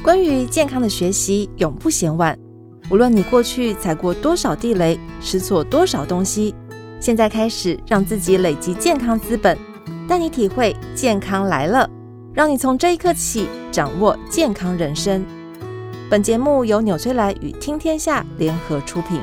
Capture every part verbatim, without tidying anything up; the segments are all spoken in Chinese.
关于健康的学习永不嫌晚，无论你过去踩过多少地雷，吃错多少东西，现在开始让自己累积健康资本，带你体会健康来了，让你从这一刻起掌握健康人生。本节目由纽崔莱与听天下联合出品。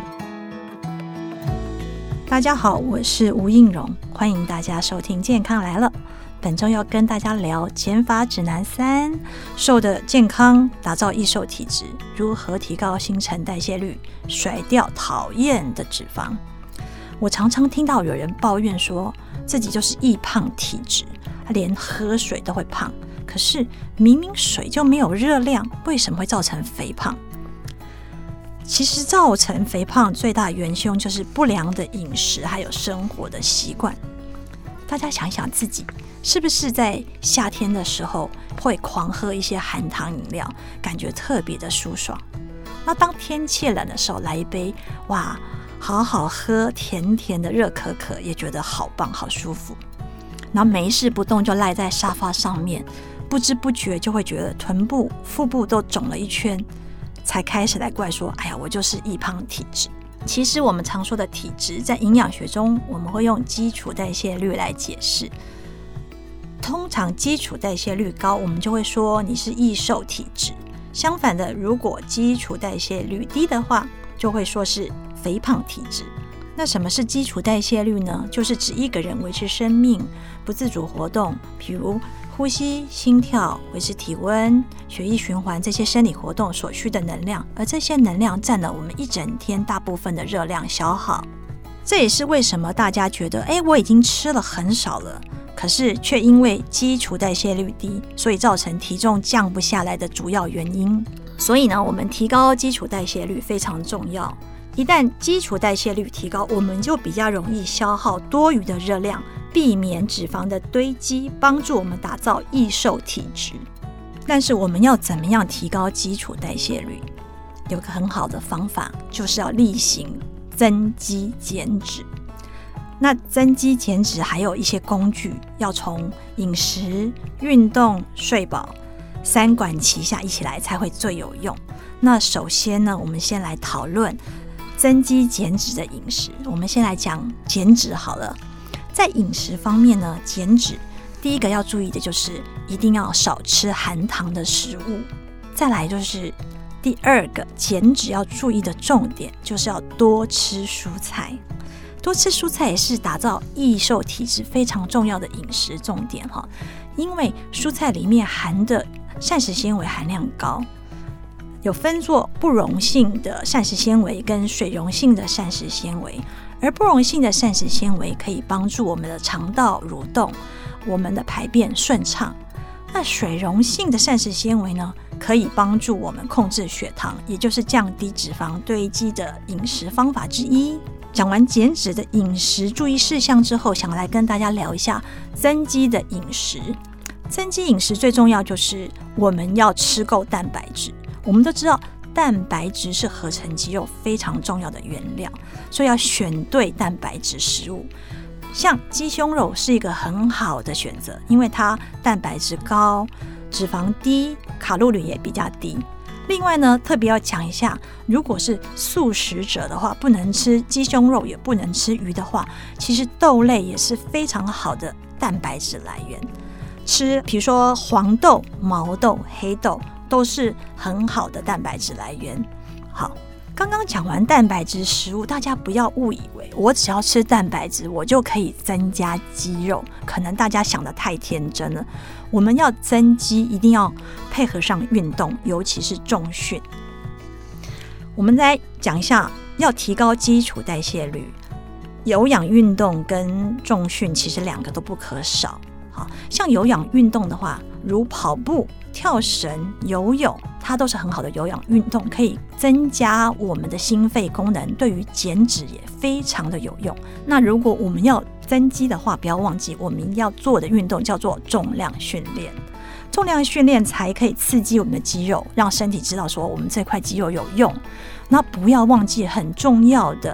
大家好，我是吴映蓉，欢迎大家收听健康来了。本周要跟大家聊减法指南三，瘦的健康，打造易瘦体质，如何提高新陈代谢率，甩掉讨厌的脂肪。我常常听到有人抱怨说自己就是易胖体质，连喝水都会胖，可是明明水就没有热量，为什么会造成肥胖？其实造成肥胖最大元凶就是不良的饮食还有生活的习惯。大家想想自己是不是在夏天的时候会狂喝一些含糖饮料，感觉特别的舒爽？那当天气冷的时候来一杯哇好好喝甜甜的热可可，也觉得好棒好舒服。然后没事不动就赖在沙发上面，不知不觉就会觉得臀部腹部都肿了一圈，才开始来怪说哎呀我就是易胖体质。其实我们常说的体质在营养学中我们会用基础代谢率来解释，通常基础代谢率高我们就会说你是易瘦体质，相反的如果基础代谢率低的话就会说是肥胖体质。那什么是基础代谢率呢？就是指一个人维持生命不自主活动，比如呼吸、心跳、维持体温、血液循环这些生理活动所需的能量，而这些能量占了我们一整天大部分的热量消耗。这也是为什么大家觉得哎，我已经吃了很少了，可是却因为基础代谢率低，所以造成体重降不下来的主要原因。所以呢，我们提高基础代谢率非常重要。一旦基础代谢率提高，我们就比较容易消耗多余的热量，避免脂肪的堆积，帮助我们打造易瘦体质。但是我们要怎么样提高基础代谢率？有个很好的方法，就是要例行增肌减脂。那增肌减脂还有一些工具，要从饮食、运动、睡饱三管齐下一起来才会最有用。那首先呢，我们先来讨论增肌减脂的饮食。我们先来讲减脂好了。在饮食方面呢，减脂第一个要注意的就是一定要少吃含糖的食物。再来就是第二个减脂要注意的重点，就是要多吃蔬菜。多吃蔬菜也是打造易瘦体质非常重要的饮食重点哈，因为蔬菜里面含的膳食纤维含量高，有分作不溶性的膳食纤维跟水溶性的膳食纤维，而不溶性的膳食纤维可以帮助我们的肠道蠕动，我们的排便顺畅。那水溶性的膳食纤维呢，可以帮助我们控制血糖，也就是降低脂肪堆积的饮食方法之一。讲完减脂的饮食注意事项之后，想来跟大家聊一下增肌的饮食。增肌饮食最重要就是我们要吃够蛋白质。我们都知道蛋白质是合成肌肉非常重要的原料，所以要选对蛋白质食物。像鸡胸肉是一个很好的选择，因为它蛋白质高，脂肪低，卡路里也比较低。另外呢，特别要讲一下，如果是素食者的话，不能吃鸡胸肉也不能吃鱼的话，其实豆类也是非常好的蛋白质来源。吃比如说黄豆、毛豆、黑豆都是很好的蛋白质来源。好，刚刚讲完蛋白质食物，大家不要误以为我只要吃蛋白质我就可以增加肌肉，可能大家想得太天真了。我们要增肌一定要配合上运动，尤其是重训。我们来讲一下要提高基础代谢率，有氧运动跟重训其实两个都不可少。好，像有氧运动的话，如跑步、跳绳、游泳，它都是很好的有氧运动，可以增加我们的心肺功能，对于减脂也非常的有用。那如果我们要增肌的话，不要忘记我们要做的运动叫做重量训练。重量训练才可以刺激我们的肌肉，让身体知道说我们这块肌肉有用。那不要忘记很重要的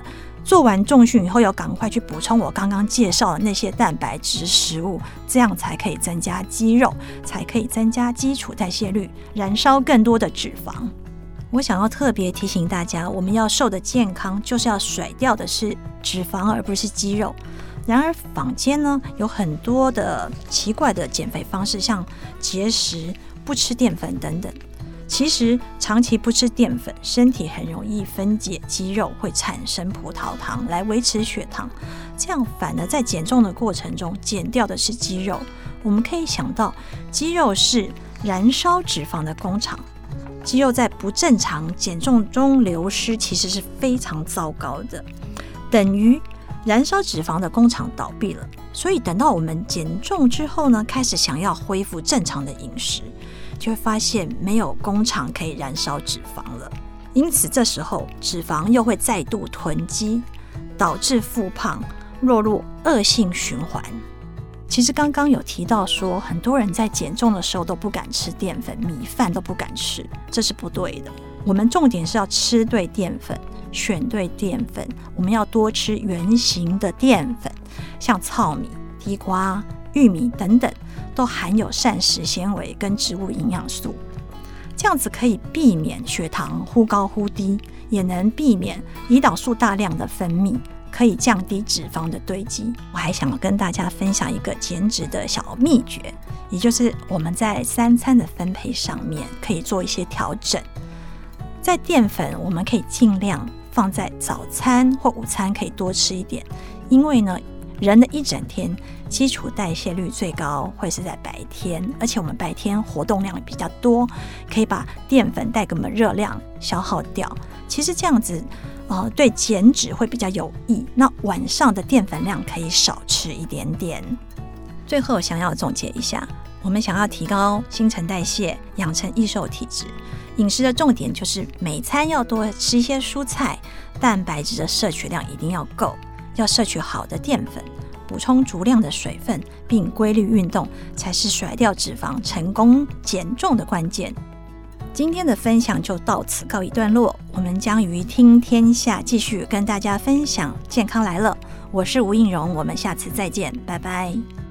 做完重训以后要赶快去补充我刚刚介绍的那些蛋白质食物，这样才可以增加肌肉，才可以增加基础代谢率，燃烧更多的脂肪。我想要特别提醒大家，我们要瘦的健康，就是要甩掉的是脂肪而不是肌肉。然而坊间呢有很多的奇怪的减肥方式，像节食、不吃淀粉等等。其实长期不吃淀粉，身体很容易分解肌肉，会产生葡萄糖来维持血糖，这样反而在减重的过程中减掉的是肌肉。我们可以想到，肌肉是燃烧脂肪的工厂，肌肉在不正常减重中流失，其实是非常糟糕的，等于燃烧脂肪的工厂倒闭了。所以等到我们减重之后呢，开始想要恢复正常的饮食，就会发现没有工厂可以燃烧脂肪了。因此这时候脂肪又会再度囤积，导致复胖，落入恶性循环。其实刚刚有提到说，很多人在减重的时候都不敢吃淀粉，米饭都不敢吃，这是不对的。我们重点是要吃对淀粉，选对淀粉，我们要多吃原型的淀粉，像糙米、地瓜、玉米等等，都含有膳食纤维跟植物营养素，这样子可以避免血糖忽高忽低，也能避免胰岛素大量的分泌，可以降低脂肪的堆积。我还想跟大家分享一个减脂的小秘诀，也就是我们在三餐的分配上面可以做一些调整。在淀粉我们可以尽量放在早餐或午餐，可以多吃一点，因为呢人的一整天基础代谢率最高会是在白天，而且我们白天活动量比较多，可以把淀粉带给我们热量消耗掉。其实这样子呃，对减脂会比较有益。那晚上的淀粉量可以少吃一点点。最后想要总结一下，我们想要提高新陈代谢，养成易瘦体质，饮食的重点就是每餐要多吃一些蔬菜，蛋白质的摄取量一定要够，要摄取好的淀粉，补充足量的水分，并规律运动，才是甩掉脂肪、成功减重的关键。今天的分享就到此告一段落，我们将于听天下继续跟大家分享健康来了。我是吴映蓉，我们下次再见，拜拜。